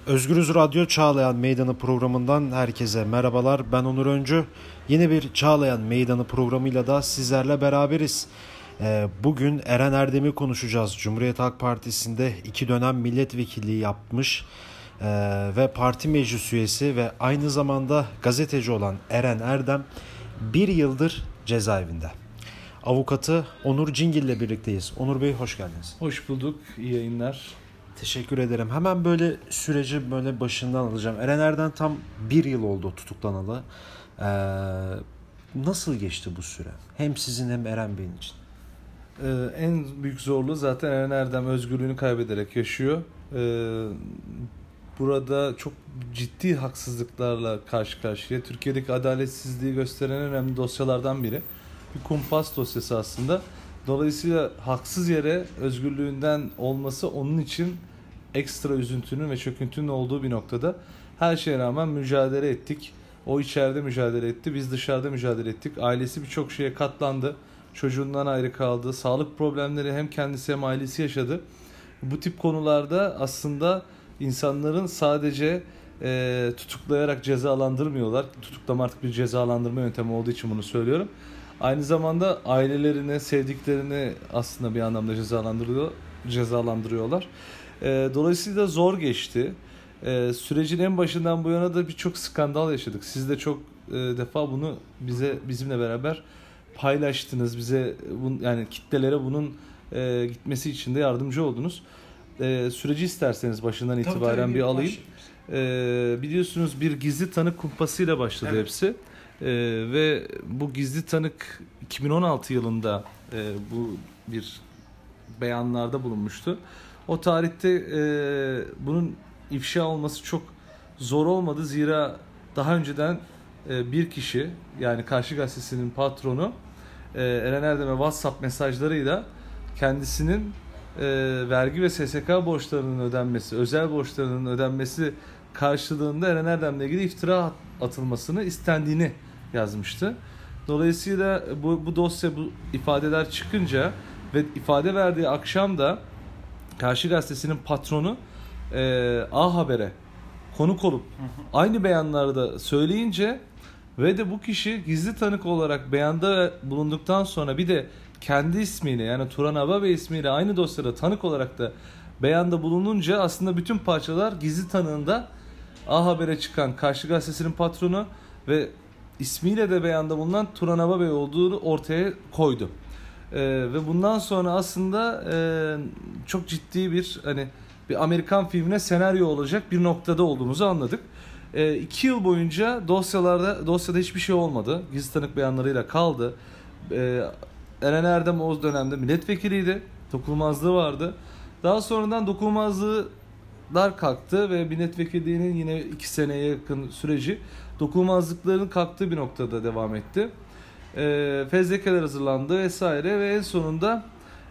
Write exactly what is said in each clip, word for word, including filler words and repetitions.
Özgürüz Radyo Çağlayan Meydanı programından herkese merhabalar. Ben Onur Öncü. Yeni bir Çağlayan Meydanı programıyla da sizlerle beraberiz. Bugün Eren Erdem'i konuşacağız. Cumhuriyet Halk Partisi'nde iki dönem milletvekilliği yapmış ve parti meclis üyesi ve aynı zamanda gazeteci olan Eren Erdem bir yıldır cezaevinde. Avukatı Onur Cingil ile birlikteyiz. Onur Bey hoş geldiniz. Hoş bulduk. İyi yayınlar. Teşekkür ederim. Hemen böyle süreci böyle başından alacağım. Eren Erdem tam bir yıl oldu tutuklanalı. Ee, nasıl geçti bu süre? Hem sizin hem Eren Bey'in için. Ee, en büyük zorluğu zaten Eren Erdem özgürlüğünü kaybederek yaşıyor. Ee, burada çok ciddi haksızlıklarla karşı karşıya. Türkiye'deki adaletsizliği gösteren en önemli dosyalardan biri. Bir kumpas dosyası aslında. Dolayısıyla haksız yere özgürlüğünden olması onun için ekstra üzüntünün ve çöküntünün olduğu bir noktada. Her şeye rağmen mücadele ettik. O içeride mücadele etti, biz dışarıda mücadele ettik. Ailesi birçok şeye katlandı. Çocuğundan ayrı kaldı. Sağlık problemleri hem kendisi hem ailesi yaşadı. Bu tip konularda aslında insanların sadece e, tutuklayarak cezalandırmıyorlar. Tutuklama artık bir cezalandırma yöntemi olduğu için bunu söylüyorum. Aynı zamanda ailelerini, sevdiklerini aslında bir anlamda cezalandırıyor, cezalandırıyorlar. E, dolayısıyla zor geçti. E, sürecin en başından bu yana da birçok skandal yaşadık. Siz de çok e, defa bunu bize bizimle beraber paylaştınız. Bize bun, yani kitlelere bunun e, gitmesi için de yardımcı oldunuz. E, süreci isterseniz başından itibaren tabii, tabii, bir alayım. E, biliyorsunuz bir gizli tanık kumpasıyla başladı evet. hepsi. Ee, ve bu gizli tanık iki bin on altı yılında e, bu bir beyanlarda bulunmuştu. O tarihte e, bunun ifşa olması çok zor olmadı. Zira daha önceden e, bir kişi yani Karşı Gazetesi'nin patronu e, Eren Erdem'e WhatsApp mesajlarıyla kendisinin e, vergi ve S S K borçlarının ödenmesi, özel borçlarının ödenmesi karşılığında Eren Erdem'le ilgili iftira atılmasını istendiğini yazmıştı. Dolayısıyla bu, bu dosya, bu ifadeler çıkınca ve ifade verdiği akşam da Karşı Gazetesi'nin patronu e, A Haber'e konuk olup aynı beyanlarda söyleyince ve de bu kişi gizli tanık olarak beyanda bulunduktan sonra bir de kendi ismiyle yani Turan Ababey ismiyle aynı dosyada tanık olarak da beyanda bulununca aslında bütün parçalar gizli tanığında A Haber'e çıkan Karşı Gazetesi'nin patronu ve ismiyle de beyanda bulunan Turan Ababey olduğunu ortaya koydu. Ee, ve bundan sonra aslında e, çok ciddi bir hani bir Amerikan filmine senaryo olacak bir noktada olduğumuzu anladık. E, iki yıl boyunca dosyalarda dosyada hiçbir şey olmadı. Gizli tanık beyanlarıyla kaldı. E, Eren Erdem o dönemde milletvekiliydi. Dokunulmazlığı vardı. Daha sonradan dokunulmazlıklar kalktı ve milletvekilliğinin yine iki seneye yakın süreci dokunulmazlıkların kalktığı bir noktada devam etti. E, fezlekeler hazırlandı vesaire ve en sonunda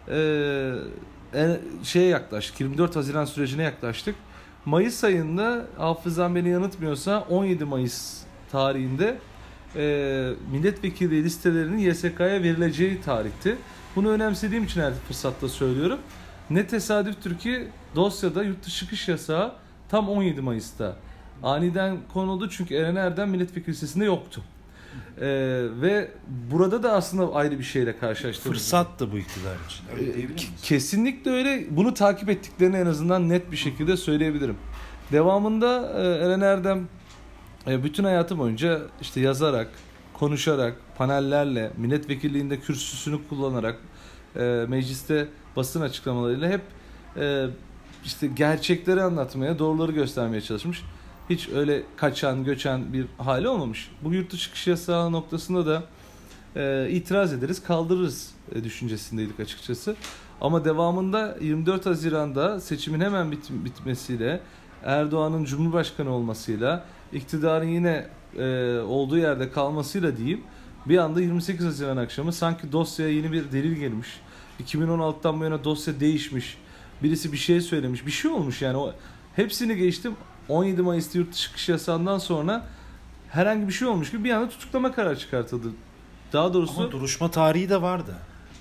e, şeye yaklaştık. yirmi dört Haziran sürecine yaklaştık. Mayıs ayında hafızam beni yanıltmıyorsa on yedi Mayıs tarihinde e, milletvekili listelerinin Y S K'ya verileceği tarihti. Bunu önemsediğim için her fırsatta söylüyorum. Ne tesadüftür ki dosyada yurt dışı çıkış yasağı tam on yedi Mayıs'ta aniden konuldu çünkü Eren Erdem milletvekili listesinde yoktu. Ee, ve burada da aslında ayrı bir şeyle karşılaştığımız. Fırsattı bu iktidar için. Öyle kesinlikle öyle. Bunu takip ettiklerini en azından net bir şekilde söyleyebilirim. Devamında e, Eren Erdem e, bütün hayatı boyunca işte yazarak, konuşarak, panellerle, milletvekilliğinde kürsüsünü kullanarak, e, mecliste basın açıklamalarıyla hep e, işte gerçekleri anlatmaya, doğruları göstermeye çalışmış. Hiç öyle kaçan, göçen bir hali olmamış. Bu yurt dışı çıkış yasağı noktasında da e, itiraz ederiz, kaldırırız e, düşüncesindeydik açıkçası. Ama devamında yirmi dört Haziran'da seçimin hemen bit- bitmesiyle, Erdoğan'ın Cumhurbaşkanı olmasıyla, iktidarın yine e, olduğu yerde kalmasıyla diyeyim, bir anda yirmi sekiz Haziran akşamı sanki dosyaya yeni bir delil gelmiş. iki bin on altıdan bu yana dosya değişmiş. Birisi bir şey söylemiş, bir şey olmuş yani. O, hepsini geçtim. on yedi Mayıs'ta yurt dışı çıkış yasağından sonra herhangi bir şey olmuş gibi bir anda tutuklama kararı çıkartıldı. Daha doğrusu ama duruşma tarihi de vardı.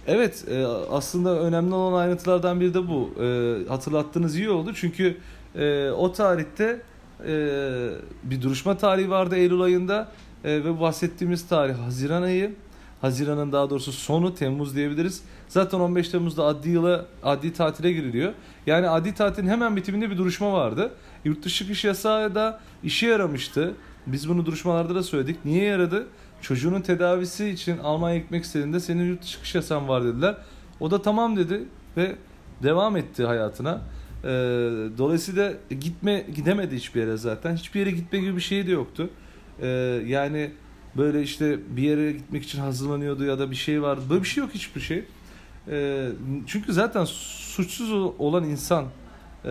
Evet, e, aslında önemli olan ayrıntılardan biri de bu. E, hatırlattığınız iyi oldu çünkü e, o tarihte e, bir duruşma tarihi vardı Eylül ayında e, ve bahsettiğimiz tarih Haziran ayı. Haziran'ın daha doğrusu sonu, Temmuz diyebiliriz. Zaten on beş Temmuz'da adli yıla, adli tatile giriliyor. Yani adli tatilin hemen bitiminde bir duruşma vardı. Yurt dışı çıkış yasağı da işe yaramıştı. Biz bunu duruşmalarda da söyledik. Niye yaradı? Çocuğunun tedavisi için Almanya'ya gitmek istediğinde senin yurt dışı çıkış yasağın var dediler. O da tamam dedi ve devam etti hayatına. Ee, dolayısıyla gitme gidemedi hiçbir yere zaten. Hiçbir yere gitme gibi bir şey de yoktu. Ee, yani böyle işte bir yere gitmek için hazırlanıyordu ya da bir şey vardı. Böyle bir şey yok, hiçbir şey. Ee, çünkü zaten suçsuz olan insan e,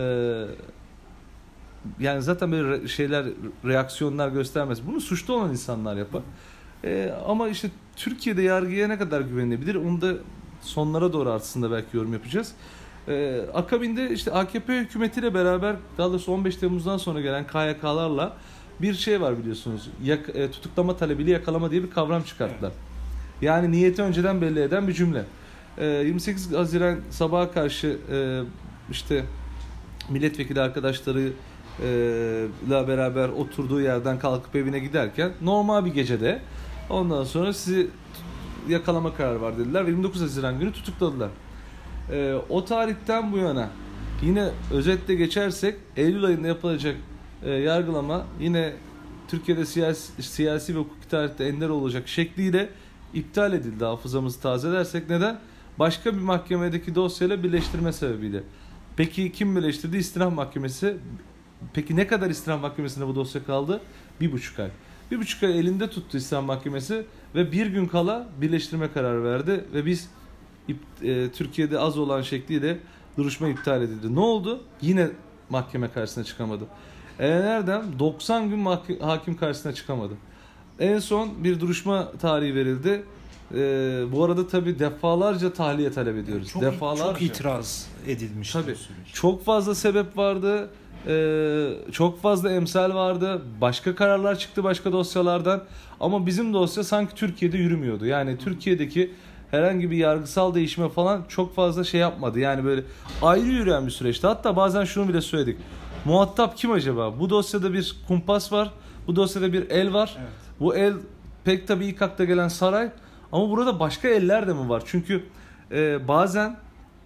yani zaten böyle şeyler, reaksiyonlar göstermez. Bunu suçlu olan insanlar yapar. Ee, ama işte Türkiye'de yargıya ne kadar güvenilebilir? Onu da sonlara doğru aslında belki yorum yapacağız. Ee, akabinde işte A K P hükümetiyle beraber, daha doğrusu on beş Temmuz'dan sonra gelen K Y K'larla bir şey var biliyorsunuz. Yak, e, tutuklama talebiyle yakalama diye bir kavram çıkarttılar. Yani niyeti önceden belli eden bir cümle. E, yirmi sekiz Haziran sabaha karşı e, işte milletvekili arkadaşları e, ile beraber oturduğu yerden kalkıp evine giderken normal bir gecede ondan sonra sizi yakalama kararı var dediler ve yirmi dokuz Haziran günü tutukladılar. E, o tarihten bu yana yine özetle geçersek Eylül ayında yapılacak e, yargılama yine Türkiye'de siyasi, siyasi ve hukuki tarihte ender olacak şekliyle iptal edildi, hafızamızı tazelersek. Neden? Başka bir mahkemedeki dosyayla birleştirme sebebiyle. Peki kim birleştirdi? İstinaf Mahkemesi. Peki ne kadar İstinaf Mahkemesi'nde bu dosya kaldı? Bir buçuk ay. Bir buçuk ay elinde tuttu İstinaf Mahkemesi ve bir gün kala birleştirme kararı verdi ve biz e, Türkiye'de az olan şekliyle duruşma iptal edildi. Ne oldu? Yine mahkeme karşısına çıkamadı. Eren Erdem doksan gün mahke- hakim karşısına çıkamadı. En son bir duruşma tarihi verildi. Ee, bu arada tabii defalarca tahliye talep ediyoruz. Çok, defalarca. çok itiraz edilmiş. Tabii. Çok fazla sebep vardı. Ee, çok fazla emsal vardı. Başka kararlar çıktı başka dosyalardan. Ama bizim dosya sanki Türkiye'de yürümüyordu. Yani Türkiye'deki herhangi bir yargısal değişme falan çok fazla şey yapmadı. Yani böyle ayrı yürüyen bir süreçti. Hatta bazen şunu bile söyledik. Muhatap kim acaba? Bu dosyada bir kumpas var. Bu dosyada bir el var. Evet. Bu el pek tabii ilk akla gelen saray. Ama burada başka eller de mi var? Çünkü e, bazen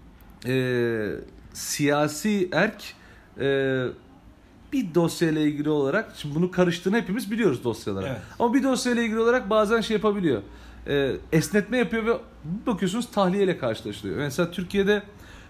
e, siyasi erk e, bir dosyayla ilgili olarak, şimdi bunu karıştığını hepimiz biliyoruz dosyalara. Evet. Ama bir dosyayla ilgili olarak bazen şey yapabiliyor. E, esnetme yapıyor ve bakıyorsunuz tahliyeyle karşılaşılıyor. Mesela Türkiye'de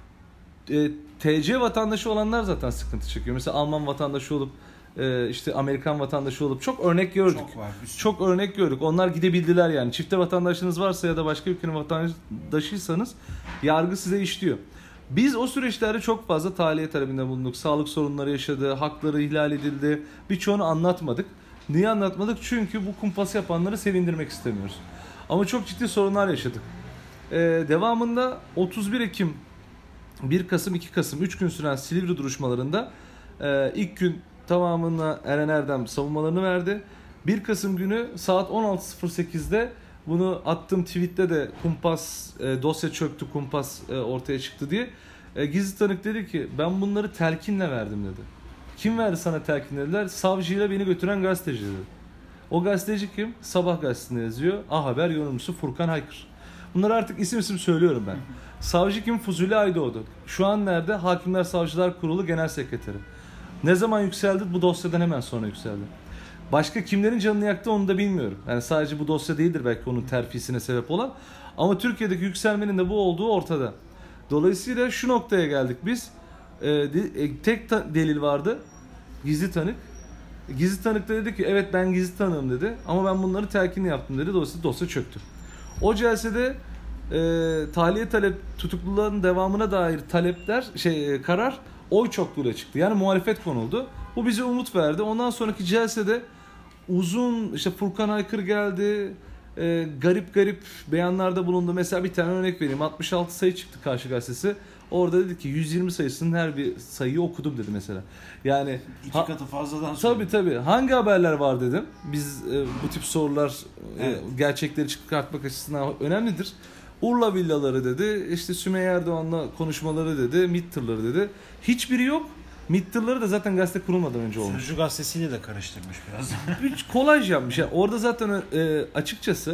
e, T C vatandaşı olanlar zaten sıkıntı çekiyor. Mesela Alman vatandaşı olup e, işte Amerikan vatandaşı olup çok örnek gördük. Çok var. Çok örnek gördük. Onlar gidebildiler yani. Çifte vatandaşınız varsa ya da başka ülkenin vatandaşıysanız yargı size işliyor. Biz o süreçlerde çok fazla tahliye talebinde bulunduk. Sağlık sorunları yaşadı, hakları ihlal edildi. Birçoğunu anlatmadık. Niye anlatmadık? Çünkü bu kumpas yapanları sevindirmek istemiyoruz. Ama çok ciddi sorunlar yaşadık. Ee, devamında otuz bir Ekim, bir Kasım, iki Kasım üç gün süren Silivri duruşmalarında e, ilk gün tamamına Eren Erdem savunmalarını verdi. bir Kasım günü saat on altı sıfır sekizde bunu attığım tweette de kumpas, e, dosya çöktü, kumpas e, ortaya çıktı diye. E, gizli tanık dedi ki ben bunları telkinle verdim dedi. Kim verdi sana telkin dediler. Savcıyla beni götüren gazeteci dedi. O gazeteci kim? Sabah gazetesinde yazıyor. A Haber yorumcusu Furkan Haykır. Bunları artık isim isim söylüyorum ben. Savcı kim? Fuzuli Aydoğdu. Şu an nerede? Hakimler Savcılar Kurulu Genel Sekreteri. Ne zaman yükseldi? Bu dosyadan hemen sonra yükseldi. Başka kimlerin canını yaktı onu da bilmiyorum. Yani sadece bu dosya değildir belki onun terfisine sebep olan. Ama Türkiye'deki yükselmenin de bu olduğu ortada. Dolayısıyla şu noktaya geldik biz. E, de, tek ta- delil vardı. Gizli tanık. Gizli tanık da dedi ki evet ben gizli tanığım dedi. Ama ben bunları telkinli yaptım dedi. Dolayısıyla dosya çöktü. O celsede e, tahliye talep tutukluluğun devamına dair talepler şey karar oy çokluğuyla çıktı. Yani muhalefet konuldu. Bu bize umut verdi. Ondan sonraki celsede uzun işte Furkan Aykır geldi. E, garip garip beyanlarda bulundu. Mesela bir tane örnek vereyim. altmış altı sayı çıktı Karşı Gazetesi. Orada dedi ki yüz yirmi sayısının her bir sayıyı okudum dedi mesela. Yani iki ha, katı fazladan sonra. Tabii tabii. Hangi haberler var dedim. Biz e, bu tip sorular evet. e, gerçekleri çıkartmak açısından önemlidir. Urla villaları dedi, işte Sümeyye Erdoğan'la konuşmaları dedi, MİT tırları dedi. Hiçbiri yok. MİT tırları da zaten gazete kurulmadan önce olmuş. Sözcü gazetesiyle de karıştırmış biraz. Üç kolaj yapmış. Yani orada zaten e, açıkçası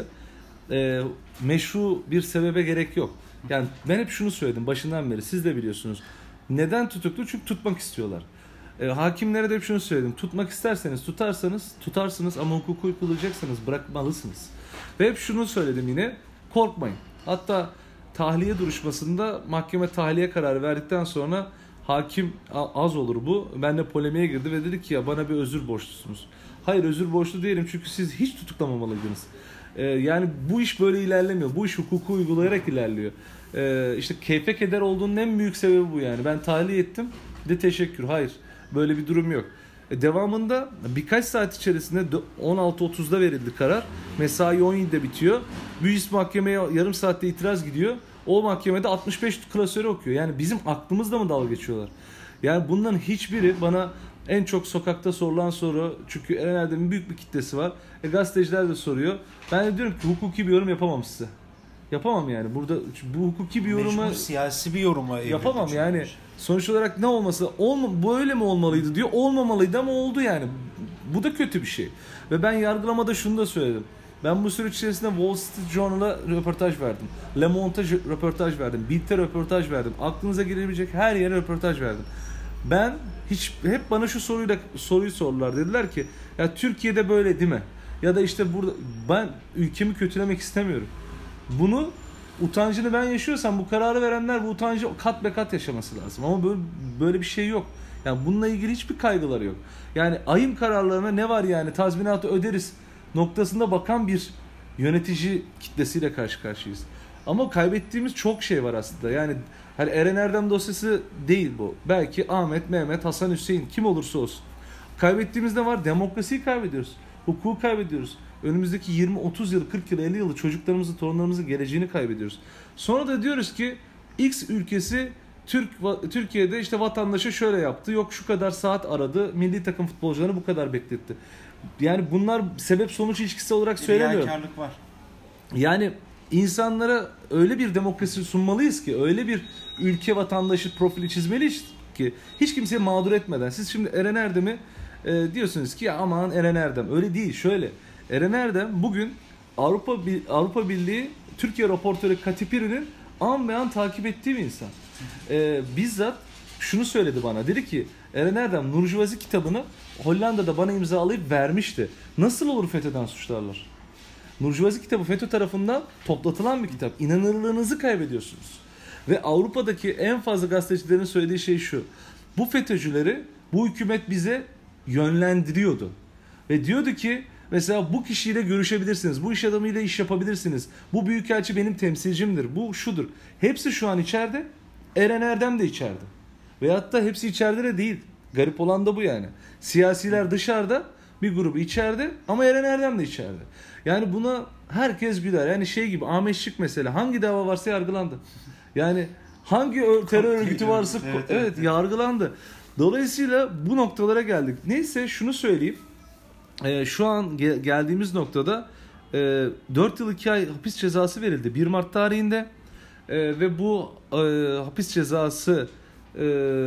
e, meşru bir sebebe gerek yok. Yani ben hep şunu söyledim başından beri, siz de biliyorsunuz. Neden tutuklu? Çünkü tutmak istiyorlar. E, hakimlere de hep şunu söyledim. Tutmak isterseniz tutarsanız tutarsınız ama hukuku uygulayacaksanız bırakmalısınız. Ve hep şunu söyledim yine. Korkmayın. Hatta tahliye duruşmasında mahkeme tahliye kararı verdikten sonra hakim az olur bu. Benimle polemiğe girdi ve dedi ki ya bana bir özür borçlusunuz. Hayır, özür borçlu değilim çünkü siz hiç tutuklamamalıydınız. Ee, yani bu iş böyle ilerlemiyor. Bu iş hukuku uygulayarak ilerliyor. Ee, işte keyfe keder olduğunun en büyük sebebi bu yani. Ben tahliye ettim de teşekkür. Hayır, böyle bir durum yok. E, devamında birkaç saat içerisinde on altı otuzda verildi karar. Mesai on yedide bitiyor. Büyük mahkemeye yarım saatte itiraz gidiyor. O mahkemede altmış beş klasörü okuyor. Yani bizim aklımızla mı dalga geçiyorlar? Yani bunların hiçbiri bana en çok sokakta sorulan soru. Çünkü Eren Erdem'in büyük bir kitlesi var. E, gazeteciler de soruyor. Ben de diyorum ki hukuki bir yorum yapamam size. Yapamam yani. Burada bu hukuki bir yoruma... Mecbur siyasi bir yoruma yapamam yani. Sonuç olarak ne olması... Olma, böyle mi olmalıydı diyor. Olmamalıydı ama oldu yani. Bu da kötü bir şey. Ve ben yargılamada şunu da söyledim. Ben bu süreç içerisinde Wall Street Journal'a röportaj verdim. Le Monde'a röportaj verdim. Bild'e röportaj verdim. Aklınıza gelebilecek her yere röportaj verdim. Ben hiç hep bana şu soruyla soruyu sordular. Dediler ki ya Türkiye'de böyle değil mi? Ya da işte burada ben ülkemi kötülemek istemiyorum. Bunu utancını ben yaşıyorsam bu kararı verenler bu utancı kat be kat yaşaması lazım. Ama böyle, böyle bir şey yok. Yani bununla ilgili hiçbir kaygıları yok. Yani ayım kararlarına ne var yani tazminatı öderiz noktasında bakan bir yönetici kitlesiyle karşı karşıyayız. Ama kaybettiğimiz çok şey var aslında. Yani hani Eren Erdem dosyası değil bu. Belki Ahmet, Mehmet, Hasan, Hüseyin kim olursa olsun. Kaybettiğimiz ne var? Demokrasiyi kaybediyoruz. Hukuku kaybediyoruz. Önümüzdeki yirmi otuz yıl, kırk yıl, elli yılı çocuklarımızı, torunlarımızın geleceğini kaybediyoruz. Sonra da diyoruz ki X ülkesi Türk Türkiye'de işte vatandaşa şöyle yaptı. Yok şu kadar saat aradı. Milli takım futbolcularını bu kadar bekletti. Yani bunlar sebep sonuç ilişkisi olarak söylemiyorum. Riyakarlık var. Yani insanlara öyle bir demokrasi sunmalıyız ki, öyle bir ülke vatandaşı profili çizmeliyiz ki hiç kimseyi mağdur etmeden. Siz şimdi Eren Erdem'i e, diyorsunuz ki ya aman Eren Erdem. Öyle değil. Şöyle. Eren Erdem bugün Avrupa Avrupa Birliği Türkiye raportörü Katipiri'nin an be an takip ettiği bir insan. E, bizzat şunu söyledi bana. Dedi ki Eren Erdem Nurjuvazi kitabını Hollanda'da bana imzalayıp vermişti. Nasıl olur FETÖ'den suçlarlar? Nurjuvazi kitabı FETÖ tarafından toplatılan bir kitap. İnanırlığınızı kaybediyorsunuz. Ve Avrupa'daki en fazla gazetecilerin söylediği şey şu. Bu FETÖ'cüleri bu hükümet bize yönlendiriyordu. Ve diyordu ki mesela bu kişiyle görüşebilirsiniz. Bu iş adamıyla iş yapabilirsiniz. Bu büyükelçi benim temsilcimdir. Bu şudur. Hepsi şu an içeride. Eren Erdem de içeride. Veyahut da hepsi içeride de değil. Garip olan da bu yani. Siyasiler dışarıda, bir grubu içeride ama Eren Erdem de içeride. Yani buna herkes güler. Yani şey gibi Ahmet Şık mesela hangi dava varsa yargılandı. Yani hangi terör örgütü varsa evet, evet, evet yargılandı. Dolayısıyla bu noktalara geldik. Neyse şunu söyleyeyim. Ee, şu an gel- geldiğimiz noktada e, dört yıl iki ay hapis cezası verildi. bir Mart tarihinde e, ve bu e, hapis cezası e,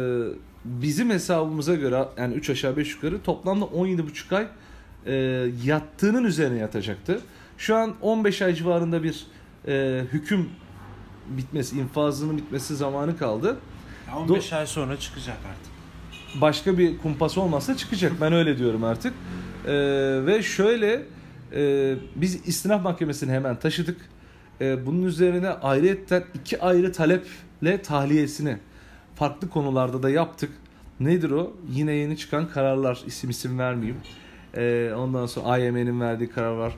bizim hesabımıza göre yani üç aşağı beş yukarı toplamda on yedi buçuk ay e, yattığının üzerine yatacaktı. Şu an on beş ay civarında bir e, hüküm bitmesi, infazının bitmesi zamanı kaldı. on beş Do- ay sonra çıkacak artık. Başka bir kumpas olmazsa çıkacak. Ben öyle diyorum artık. E, ve şöyle e, biz istinaf mahkemesini hemen taşıdık. E, bunun üzerine ayrıyetten iki ayrı taleple tahliyesini farklı konularda da yaptık. Nedir o? Yine yeni çıkan kararlar. İsim isim vermeyeyim. Ee, ondan sonra A Y M'nin verdiği karar var.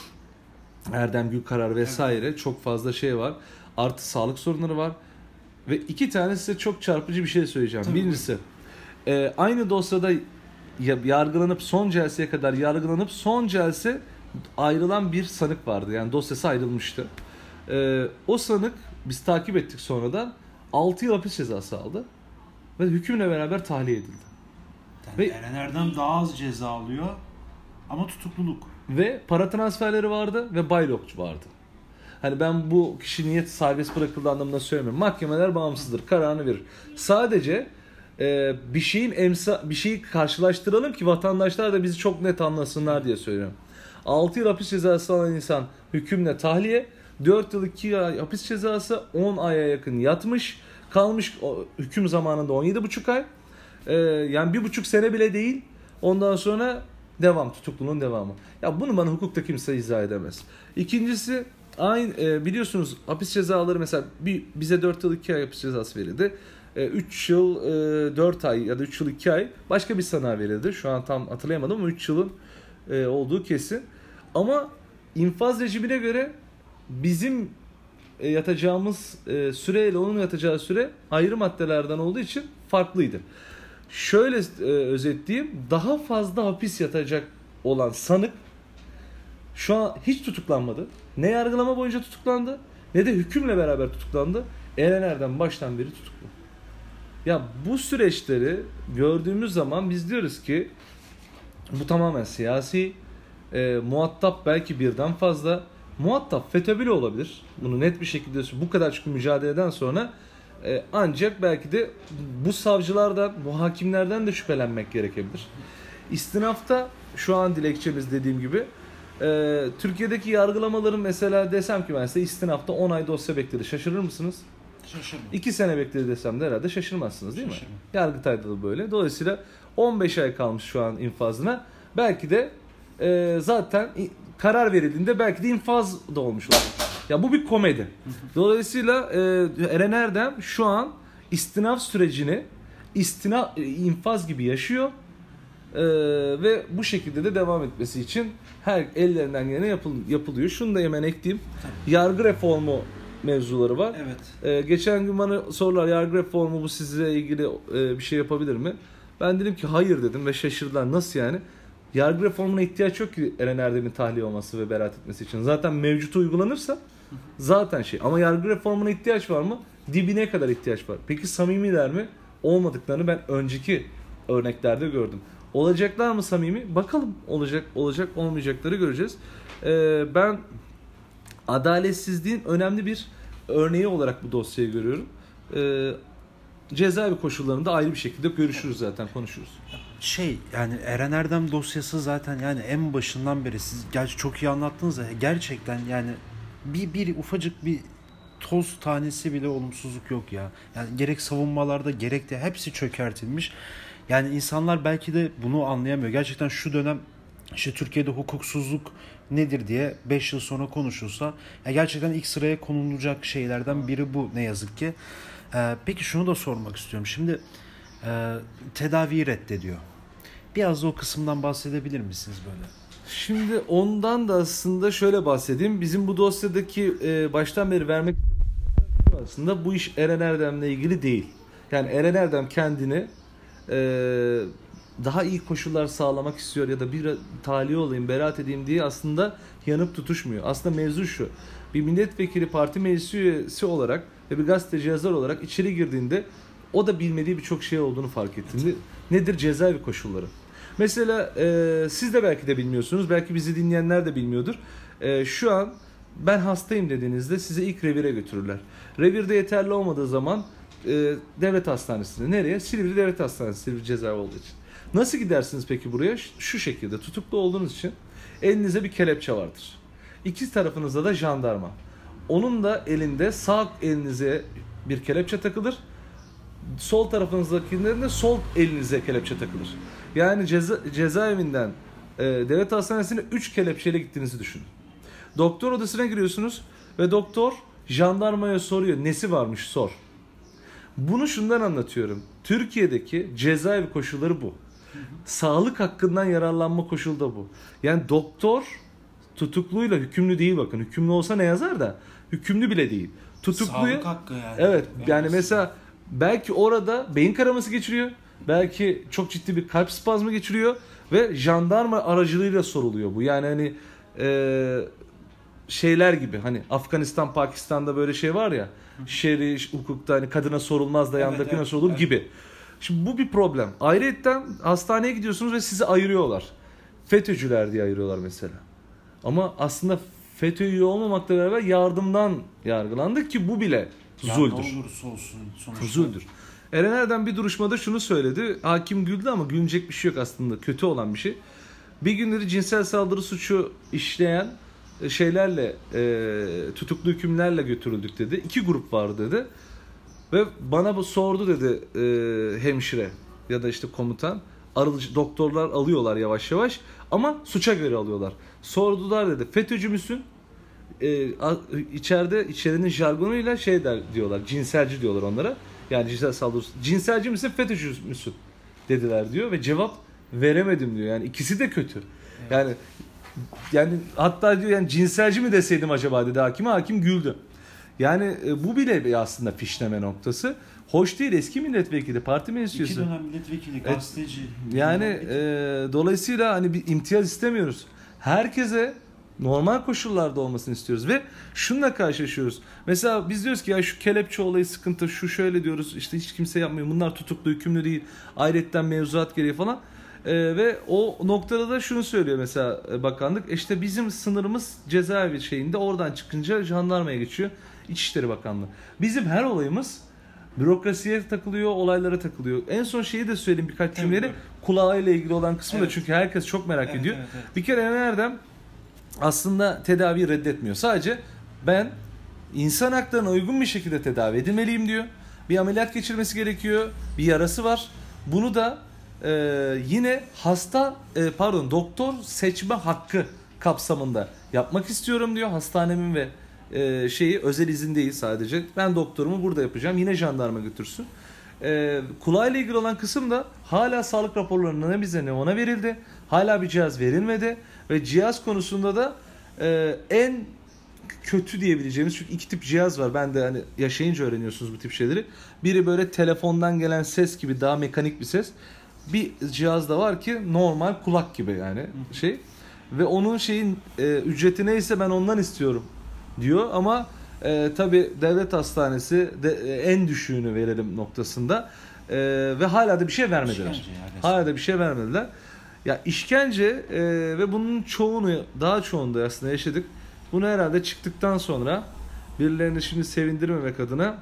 Erdem Gül kararı vesaire. Evet. Çok fazla şey var. Artı sağlık sorunları var. Ve iki tane size çok çarpıcı bir şey söyleyeceğim. Tabii. Birincisi e, aynı dosyada yargılanıp son celseye kadar yargılanıp son celse ayrılan bir sanık vardı. Yani dosyası ayrılmıştı. E, o sanık biz takip ettik sonradan. altı yıl hapis cezası aldı. Ve hükümle beraber tahliye edildi. Yani ve Eren Erdem daha az ceza alıyor ama tutukluluk. Ve para transferleri vardı ve baylok vardı. Hani ben bu kişi niye serbest bırakıldı anlamında söylemiyorum. Mahkemeler bağımsızdır, kararını verir. Sadece e, bir şeyin emsa bir şeyi karşılaştıralım ki vatandaşlar da bizi çok net anlasınlar diye söylüyorum. altı yıl hapis cezası alan insan hükümle tahliye, dört yıl iki ay hapis cezası, on aya yakın yatmış, kalmış o, hüküm zamanında on yedi buçuk ay. E, yani bir buçuk sene bile değil. Ondan sonra devam, tutukluluğun devamı. Ya bunu bana hukukta kimse izah edemez. İkincisi, aynı e, biliyorsunuz hapis cezaları mesela bir, bize dört yıl iki ay hapis cezası verildi. E, üç yıl e, dört ay ya da üç yıl iki ay başka bir sanığa verildi. Şu an tam hatırlayamadım ama üç yılın e, olduğu kesin. Ama infaz rejimine göre bizim e, yatacağımız e, süreyle onun yatacağı süre ayrı maddelerden olduğu için farklıydı. Şöyle e, özetleyeyim, daha fazla hapis yatacak olan sanık şu an hiç tutuklanmadı. Ne yargılama boyunca tutuklandı ne de hükümle beraber tutuklandı. Eren Erdem baştan beri tutuklu. Ya bu süreçleri gördüğümüz zaman biz diyoruz ki bu tamamen siyasi, e, muhatap belki birden fazla. Muhatap FETÖ bile olabilir. Bunu net bir şekilde bu kadar çünkü mücadeleden sonra e, ancak belki de bu savcılardan, bu hakimlerden de şüphelenmek gerekebilir. İstinafta şu an dilekçemiz dediğim gibi e, Türkiye'deki yargılamaların mesela desem ki ben size istinafta on ay dosya bekledi. Şaşırır mısınız? Şaşırdım. iki sene bekledi desem de herhalde şaşırmazsınız değil mi? Şaşırdım. Yargıtay'da da böyle. Dolayısıyla on beş ay kalmış şu an infazına. Belki de e, zaten karar verildiğinde belki de infaz da olmuş olur. Ya bu bir komedi. Dolayısıyla e, Eren Erdem şu an istinaf sürecini istinaf infaz gibi yaşıyor. E, ve bu şekilde de devam etmesi için her ellerinden gelene yapıl, yapılıyor. Şunu da hemen ekleyeyim. Yargı reformu mevzuları var. Evet. Ee, geçen gün bana sorular, yargı reformu bu sizle ilgili e, bir şey yapabilir mi? Ben dedim ki hayır dedim ve şaşırdılar. Nasıl yani? Yargı reformuna ihtiyaç yok ki Eren Erdem'in tahliye olması ve beraat etmesi için. Zaten mevcutu uygulanırsa zaten şey. Ama yargı reformuna ihtiyaç var mı? Dibine kadar ihtiyaç var. Peki samimiler mi? Olmadıklarını ben önceki örneklerde gördüm. Olacaklar mı samimi? Bakalım. Olacak, olacak, olmayacakları göreceğiz. Ee, ben adaletsizliğin önemli bir örneği olarak bu dosyayı görüyorum. Ee, cezaevi koşullarında ayrı bir şekilde görüşürüz zaten, konuşuruz. Şey yani Eren Erdem dosyası zaten yani en başından beri siz gerçi çok iyi anlattınız da gerçekten yani bir, bir ufacık bir toz tanesi bile olumsuzluk yok ya. Yani gerek savunmalarda gerek de hepsi çökertilmiş. Yani insanlar belki de bunu anlayamıyor. Gerçekten şu dönem işte Türkiye'de hukuksuzluk nedir diye beş yıl sonra konuşulsa ya gerçekten ilk sıraya konulacak şeylerden biri bu ne yazık ki. Ee, peki şunu da sormak istiyorum. Şimdi e, tedaviyi reddediyor. Biraz da o kısımdan bahsedebilir misiniz böyle? Şimdi ondan da aslında şöyle bahsedeyim. Bizim bu dosyadaki e, baştan beri vermek aslında bu iş Eren Erdem'le ilgili değil. Yani Eren Erdem kendini e, daha iyi koşullar sağlamak istiyor ya da bir tahliye olayım, beraat edeyim diye aslında yanıp tutuşmuyor. Aslında mevzu şu. Bir milletvekili, parti meclis üyesi olarak ve bir gazeteci, yazar olarak içeri girdiğinde o da bilmediği birçok şey olduğunu fark ettiğinde nedir cezaevi koşulları? Mesela e, siz de belki de bilmiyorsunuz, belki bizi dinleyenler de bilmiyordur. E, şu an ben hastayım dediğinizde sizi ilk revire götürürler. Revirde yeterli olmadığı zaman e, devlet hastanesine. Nereye? Silivri Devlet Hastanesi, Silivri cezaevi olduğu için. Nasıl gidersiniz peki buraya? Şu şekilde tutuklu olduğunuz için elinizde bir kelepçe vardır. İki tarafınızda da jandarma. Onun da elinde sağ elinize bir kelepçe takılır. Sol tarafınızdakilerin de sol elinize kelepçe takılır. Yani ceza, cezaevinden e, devlet hastanesine üç kelepçeyle gittiğinizi düşünün. Doktor odasına giriyorsunuz ve doktor jandarmaya soruyor. Nesi varmış sor. Bunu şundan anlatıyorum. Türkiye'deki cezaevi koşulları bu. Sağlık hakkından yararlanma koşulu da bu. Yani doktor tutukluyla hükümlü değil bakın. Hükümlü olsa ne yazar da hükümlü bile değil. Tutukluyu, sağlık hakkı yani. Evet yani mesela belki orada beyin kanaması geçiriyor. Belki çok ciddi bir kalp spazmı geçiriyor ve jandarma aracılığıyla soruluyor bu. Yani hani e, şeyler gibi hani Afganistan, Pakistan'da böyle şey var ya, şer'i hukukta hani kadına sorulmaz da yandakine evet, evet, sorulur evet. gibi. Şimdi bu bir problem. Ayrıyetten hastaneye gidiyorsunuz ve sizi ayırıyorlar. FETÖ'cüler diye ayırıyorlar mesela. Ama aslında FETÖ üye olmamakla beraber yardımdan yargılandık ki bu bile ya zuldür. Ne olursa olsun sonuçta. Zuldür. Eren Erdem bir duruşmada şunu söyledi. Hakim güldü ama gülünecek bir şey yok aslında. Kötü olan bir şey. Bir gün dedi cinsel saldırı suçu işleyen şeylerle e, tutuklu hükümlerle götürüldük dedi. İki grup vardı dedi. Ve bana bu sordu dedi e, hemşire ya da işte komutan. Arıcı, doktorlar alıyorlar yavaş yavaş ama suça göre alıyorlar. Sordular dedi. FETÖ'cü müsün? Ee, içeride içerinin jargonuyla şey der diyorlar. Cinselci diyorlar onlara. Yani cinsel saldırı. Cinselci misin? FETÖ'cü müsün? Dediler diyor ve cevap veremedim diyor. Yani ikisi de kötü. Evet. Yani yani hatta diyor yani cinselci mi deseydim acaba dedi hakime. Hakim güldü. Yani e, bu bile aslında fişleme noktası. Hoş değil, eski milletvekili, parti meclis üyesi. İki dönem milletvekili, gazeteci. Yani e, dolayısıyla hani bir imtiyaz istemiyoruz. Herkese normal koşullarda olmasını istiyoruz ve şununla karşılaşıyoruz. Mesela biz diyoruz ki ya şu kelepçe olayı sıkıntı, şu şöyle diyoruz işte hiç kimse yapmıyor. Bunlar tutuklu, hükümlü değil. Ayrıyetten mevzuat gereği falan. E, ve o noktada da şunu söylüyor mesela bakanlık. İşte bizim sınırımız cezaevi şeyinde, oradan çıkınca jandarmaya geçiyor. İçişleri Bakanlığı. Bizim her olayımız bürokrasiye takılıyor, olaylara takılıyor. En son şeyi de söyleyeyim birkaç cümleyle. Kulağıyla ilgili olan kısmı evet. da çünkü herkes çok merak evet, ediyor. Evet, evet. Bir kere Eren Erdem aslında tedaviyi reddetmiyor. Sadece ben insan haklarına uygun bir şekilde tedavi edilmeliyim diyor. Bir ameliyat geçirmesi gerekiyor. Bir yarası var. Bunu da e, yine hasta e, pardon doktor seçme hakkı kapsamında yapmak istiyorum diyor. Hastanemin ve e, şeyi özel izin değil sadece. Ben doktorumu burada yapacağım. Yine jandarma götürsün. E, kulağıyla ilgili olan kısım da hala sağlık raporlarına ne bize ne ona verildi. Hala bir cihaz verilmedi. Ve cihaz konusunda da e, en kötü diyebileceğimiz, çünkü iki tip cihaz var. Ben de hani yaşayınca öğreniyorsunuz bu tip şeyleri. Biri böyle telefondan gelen ses gibi daha mekanik bir ses. Bir cihaz da var ki normal kulak gibi yani şey. Ve onun şeyin e, ücreti neyse ben ondan istiyorum diyor ama e, tabii devlet hastanesi de, e, en düşüğünü verelim noktasında e, ve hala da bir şey vermediler. Yani. Hala da bir şey vermediler. Ya işkence e, ve bunun çoğunu, daha çoğunu da aslında yaşadık. Bunu herhalde çıktıktan sonra birilerini şimdi sevindirmemek adına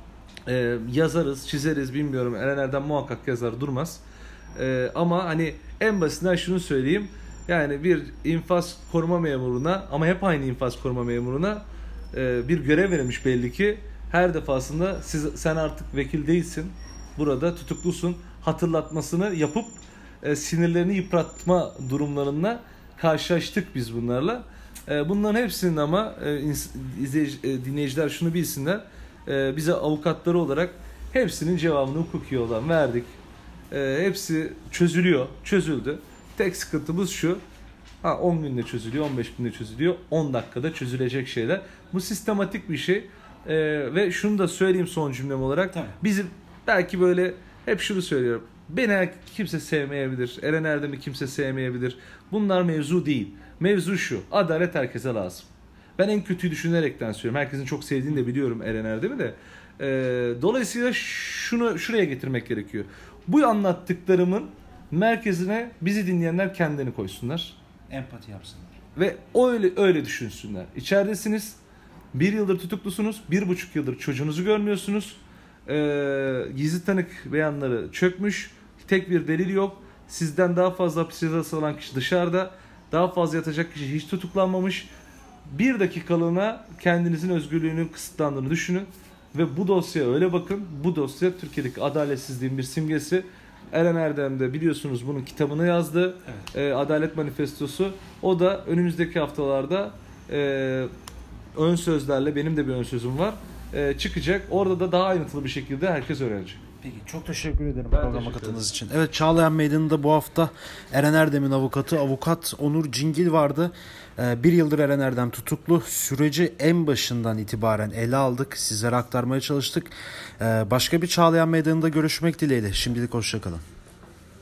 e, yazarız, çizeriz bilmiyorum. Eren Erdem muhakkak yazar durmaz. E, ama hani en basitinden şunu söyleyeyim. Yani bir infaz koruma memuruna ama hep aynı infaz koruma memuruna e, bir görev verilmiş belli ki her defasında siz, sen artık vekil değilsin. Burada tutuklusun hatırlatmasını yapıp e, sinirlerini yıpratma durumlarına karşılaştık biz bunlarla. E, bunların hepsinin ama e, izleyici, e, dinleyiciler şunu bilsinler. E, bize avukatları olarak hepsinin cevabını hukuki olan verdik. E, hepsi çözülüyor, çözüldü. Tek sıkıntımız şu. Ha on günde çözülüyor, on beş günde çözülüyor, on dakikada çözülecek şeyler. Bu sistematik bir şey. E, ve şunu da söyleyeyim son cümlem olarak. Tamam. Bizim belki böyle hep şunu söylüyorum. Beni kimse sevmeyebilir. Eren Erdem'i kimse sevmeyebilir. Bunlar mevzu değil. Mevzu şu. Adalet herkese lazım. Ben en kötüyü düşünerekten söylüyorum. Herkesin çok sevdiğini de biliyorum Eren Erdem'i de. Ee, dolayısıyla şunu şuraya getirmek gerekiyor. Bu anlattıklarımın merkezine bizi dinleyenler kendini koysunlar. Empati yapsınlar. Ve öyle öyle düşünsünler. İçeridesiniz. Bir yıldır tutuklusunuz. Bir buçuk yıldır çocuğunuzu görmüyorsunuz. Ee, gizli tanık beyanları çökmüş. Tek bir delil yok. Sizden daha fazla hapis cezası alan kişi dışarıda. Daha fazla yatacak kişi hiç tutuklanmamış. Bir dakikalığına kendinizin özgürlüğünün kısıtlandığını düşünün. Ve bu dosyaya öyle bakın. Bu dosya Türkiye'deki adaletsizliğin bir simgesi. Eren Erdem de biliyorsunuz bunun kitabını yazdı. Evet. Ee, Adalet Manifestosu. O da önümüzdeki haftalarda e, ön sözlerle, benim de bir ön sözüm var, e, çıkacak. Orada da daha ayrıntılı bir şekilde herkes öğrenecek. Peki çok teşekkür ederim ben programa katıldığınız için. Evet, Çağlayan Meydanı'nda bu hafta Eren Erdem'in avukatı avukat Onur Cingil vardı. Ee, bir yıldır Eren Erdem tutuklu. Süreci en başından itibaren ele aldık. Sizlere aktarmaya çalıştık. Ee, başka bir Çağlayan Meydanı'nda görüşmek dileğiyle. Şimdilik hoşça kalın.